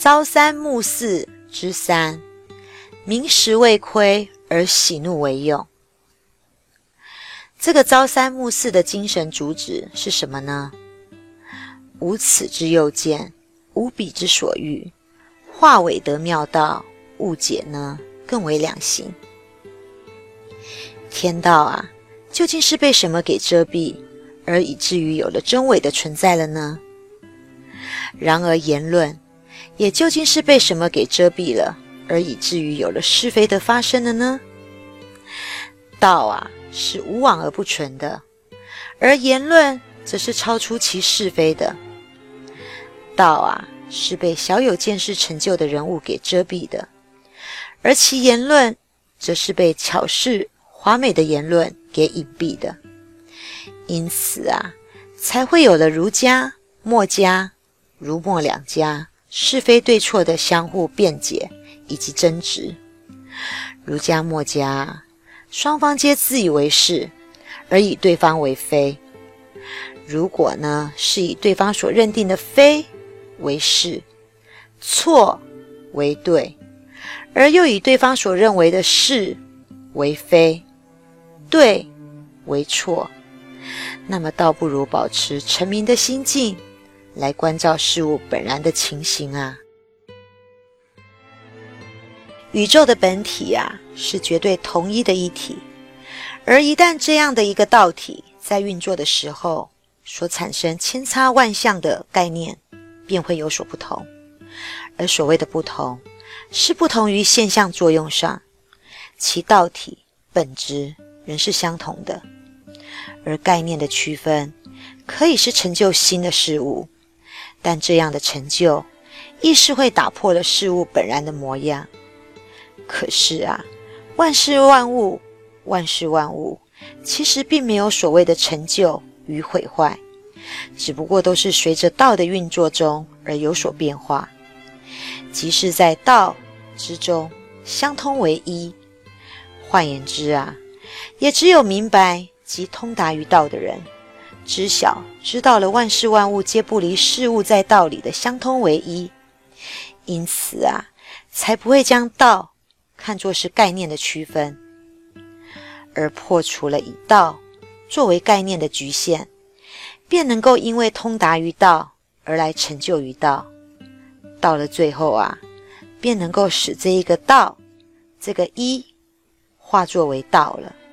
朝三暮四之三，明时未亏而喜怒为用。这个朝三暮四的精神主旨是什么呢？无此之右见，无彼之所欲，化伪得妙道，误解呢更为两行。天道啊，究竟是被什么给遮蔽，而以至于有了真伪的存在了呢？然而言论也究竟是被什么给遮蔽了，而以至于有了是非的发生了呢？道啊，是无往而不存的，而言论则是超出其是非的。道啊，是被小有见识成就的人物给遮蔽的，而其言论则是被巧饰华美的言论给隐蔽的。因此啊，才会有了儒家、墨家、儒墨两家是非对错的相互辩解以及争执。儒家、墨家双方皆自以为是，而以对方为非。如果呢，是以对方所认定的非为是，错为对，而又以对方所认为的是为非，对为错，那么倒不如保持澄明的心境来关照事物本然的情形啊。宇宙的本体啊，是绝对统一的一体，而一旦这样的一个道体在运作的时候，所产生千差万象的概念便会有所不同。而所谓的不同，是不同于现象作用上，其道体本质仍是相同的。而概念的区分可以是成就新的事物，但这样的成就亦是会打破了事物本然的模样。可是啊，万事万物其实并没有所谓的成就与毁坏，只不过都是随着道的运作中而有所变化，即是在道之中相通为一。换言之啊，也只有明白及通达于道的人，知道了万事万物皆不离事物在道理的相通为一，因此啊，才不会将道看作是概念的区分，而破除了以道作为概念的局限，便能够因为通达于道而来成就于道。到了最后啊，便能够使这一个道，这个一化作为道了。